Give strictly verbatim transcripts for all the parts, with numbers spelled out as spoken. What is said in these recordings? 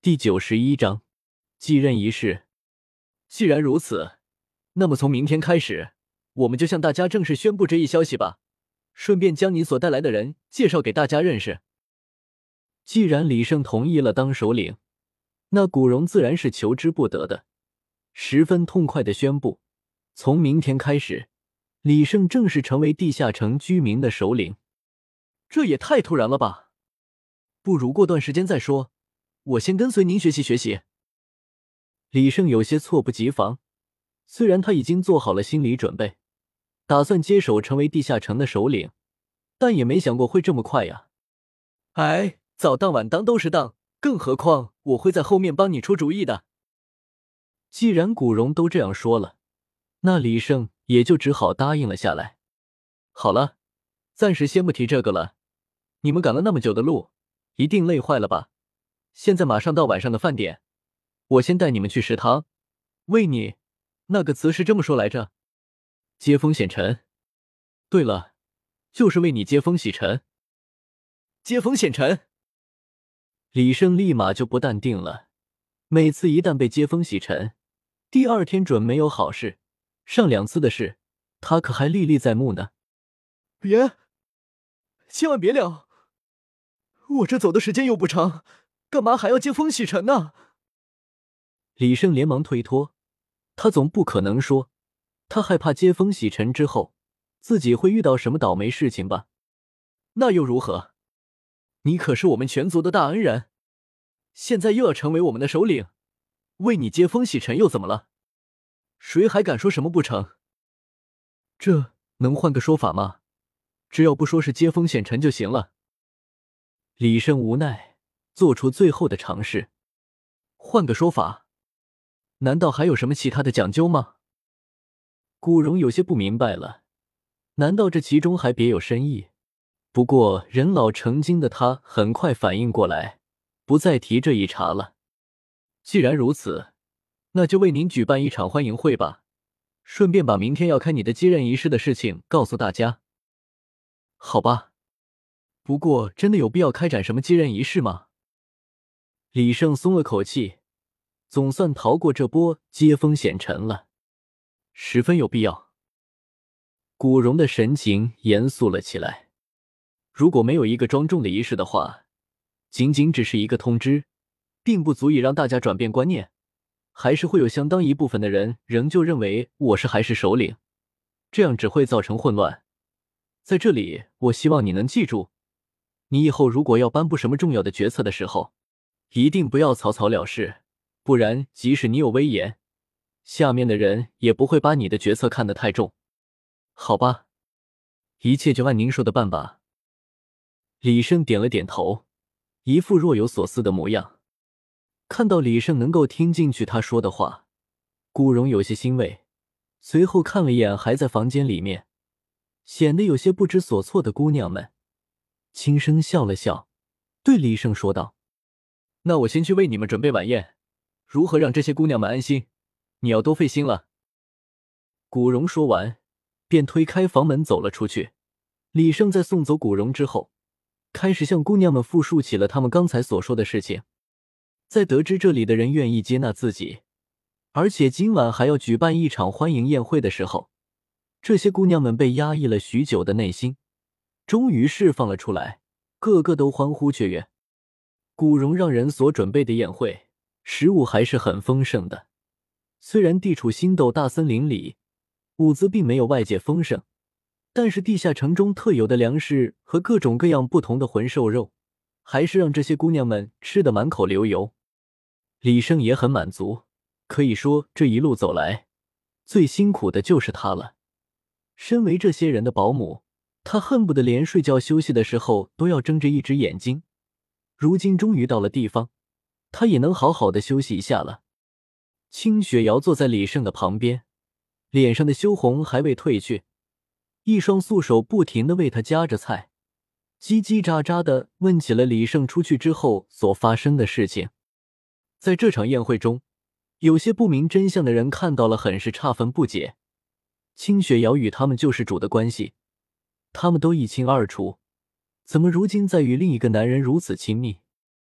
第九十一章继任仪式。既然如此，那么从明天开始，我们就向大家正式宣布这一消息吧，顺便将你所带来的人介绍给大家认识。既然李胜同意了当首领，那古荣自然是求之不得的，十分痛快地宣布，从明天开始，李胜正式成为地下城居民的首领。这也太突然了吧，不如过段时间再说，我先跟随您学习学习。李胜有些猝不及防，虽然他已经做好了心理准备，打算接手成为地下城的首领，但也没想过会这么快呀。哎，早当晚当都是当，更何况我会在后面帮你出主意的。既然古荣都这样说了，那李胜也就只好答应了下来。好了，暂时先不提这个了，你们赶了那么久的路，一定累坏了吧？现在马上到晚上的饭点，我先带你们去食堂。为你，那个词是这么说来着，接风洗尘。对了，就是为你接风洗尘。接风洗尘。李胜立马就不淡定了，每次一旦被接风洗尘，第二天准没有好事，上两次的事，他可还历历在目呢。别，千万别了，我这走的时间又不长，干嘛还要接风洗尘呢？李胜连忙推脱，他总不可能说他害怕接风洗尘之后自己会遇到什么倒霉事情吧？那又如何？你可是我们全族的大恩人，现在又要成为我们的首领，为你接风洗尘又怎么了？谁还敢说什么不成？这能换个说法吗？只要不说是接风洗尘就行了。李胜无奈，做出最后的尝试。换个说法？难道还有什么其他的讲究吗？古荣有些不明白了，难道这其中还别有深意？不过人老成精的他很快反应过来，不再提这一茬了。既然如此，那就为您举办一场欢迎会吧，顺便把明天要开你的接任仪式的事情告诉大家。好吧，不过真的有必要开展什么接任仪式吗？李胜松了口气，总算逃过这波接风洗尘了。十分有必要。古荣的神情严肃了起来。如果没有一个庄重的仪式的话，仅仅只是一个通知，并不足以让大家转变观念，还是会有相当一部分的人仍旧认为我是还是首领，这样只会造成混乱。在这里，我希望你能记住，你以后如果要颁布什么重要的决策的时候，一定不要草草了事，不然即使你有威严，下面的人也不会把你的决策看得太重。好吧，一切就按您说的办吧。李胜点了点头，一副若有所思的模样。看到李胜能够听进去他说的话，古荣有些欣慰，随后看了一眼还在房间里面显得有些不知所措的姑娘们，轻声笑了笑，对李胜说道：那我先去为你们准备晚宴，如何让这些姑娘们安心，你要多费心了。古荣说完便推开房门走了出去。李胜在送走古荣之后，开始向姑娘们复述起了他们刚才所说的事情。在得知这里的人愿意接纳自己，而且今晚还要举办一场欢迎宴会的时候，这些姑娘们被压抑了许久的内心终于释放了出来，个个都欢呼雀跃。古荣让人所准备的宴会食物还是很丰盛的，虽然地处星斗大森林里，物资并没有外界丰盛，但是地下城中特有的粮食和各种各样不同的魂兽肉，还是让这些姑娘们吃得满口流油。李胜也很满足，可以说这一路走来，最辛苦的就是他了。身为这些人的保姆，他恨不得连睡觉休息的时候都要睁着一只眼睛。如今终于到了地方，他也能好好的休息一下了。清雪瑶坐在李胜的旁边，脸上的羞红还未褪去，一双素手不停地为他夹着菜，叽叽喳喳地问起了李胜出去之后所发生的事情。在这场宴会中，有些不明真相的人看到了很是诧愤不解。清雪瑶与他们救世主的关系，他们都一清二楚，怎么如今在与另一个男人如此亲密？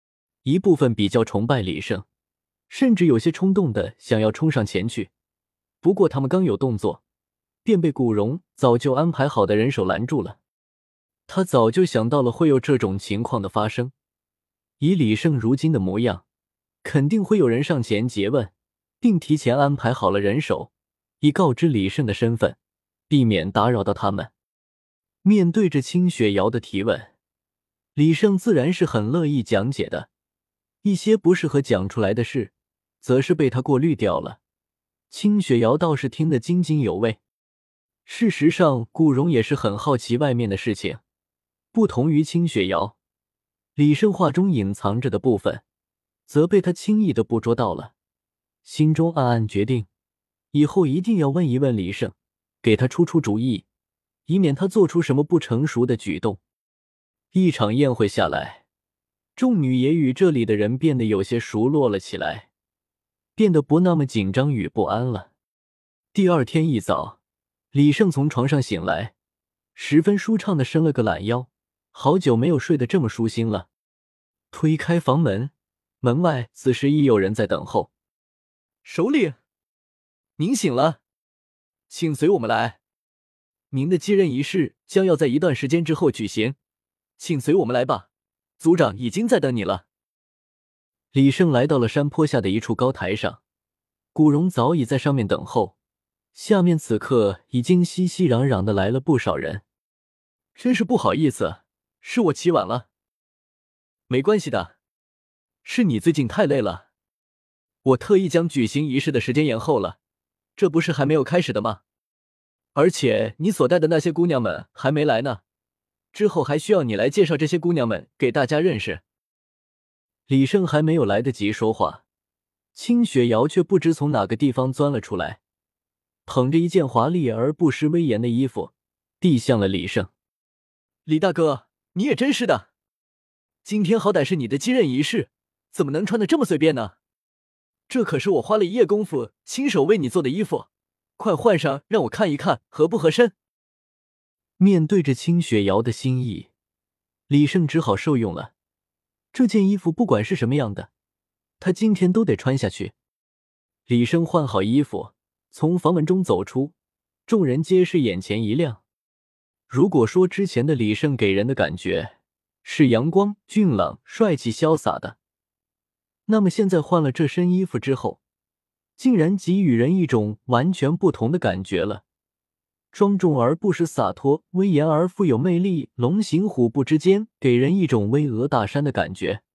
一部分比较崇拜李胜，甚至有些冲动的想要冲上前去。不过他们刚有动作，便被古荣早就安排好的人手拦住了。他早就想到了会有这种情况的发生，以李胜如今的模样，肯定会有人上前诘问，并提前安排好了人手，以告知李胜的身份，避免打扰到他们。面对着清雪瑶的提问，李胜自然是很乐意讲解的，一些不适合讲出来的事，则是被他过滤掉了。清雪瑶倒是听得津津有味。事实上，顾荣也是很好奇外面的事情。不同于清雪瑶，李胜话中隐藏着的部分，则被他轻易的捕捉到了。心中暗暗决定，以后一定要问一问李胜，给他出出主意，以免他做出什么不成熟的举动。一场宴会下来，众女也与这里的人变得有些熟络了起来，变得不那么紧张与不安了。第二天一早，李胜从床上醒来，十分舒畅地伸了个懒腰，好久没有睡得这么舒心了。推开房门，门外此时已有人在等候。首领，您醒了，请随我们来。您的继任仪式将要在一段时间之后举行，请随我们来吧，族长已经在等你了。李胜来到了山坡下的一处高台上，古荣早已在上面等候，下面此刻已经熙熙攘攘的来了不少人。真是不好意思，是我起晚了。没关系的，是你最近太累了，我特意将举行仪式的时间延后了，这不是还没有开始的吗？而且你所带的那些姑娘们还没来呢，之后还需要你来介绍这些姑娘们给大家认识。李胜还没有来得及说话，清雪瑶却不知从哪个地方钻了出来，捧着一件华丽而不失威严的衣服，递向了李胜。李大哥，你也真是的，今天好歹是你的继任仪式，怎么能穿得这么随便呢？这可是我花了一夜功夫亲手为你做的衣服，快换上让我看一看合不合身。面对着清雪瑶的心意，李胜只好受用了。这件衣服不管是什么样的，他今天都得穿下去。李胜换好衣服，从房门中走出，众人皆是眼前一亮。如果说之前的李胜给人的感觉是阳光、俊朗、帅气、潇洒的，那么现在换了这身衣服之后，竟然给予人一种完全不同的感觉了。庄重而不失洒脱，威严而富有魅力，龙行虎步之间，给人一种巍峨大山的感觉。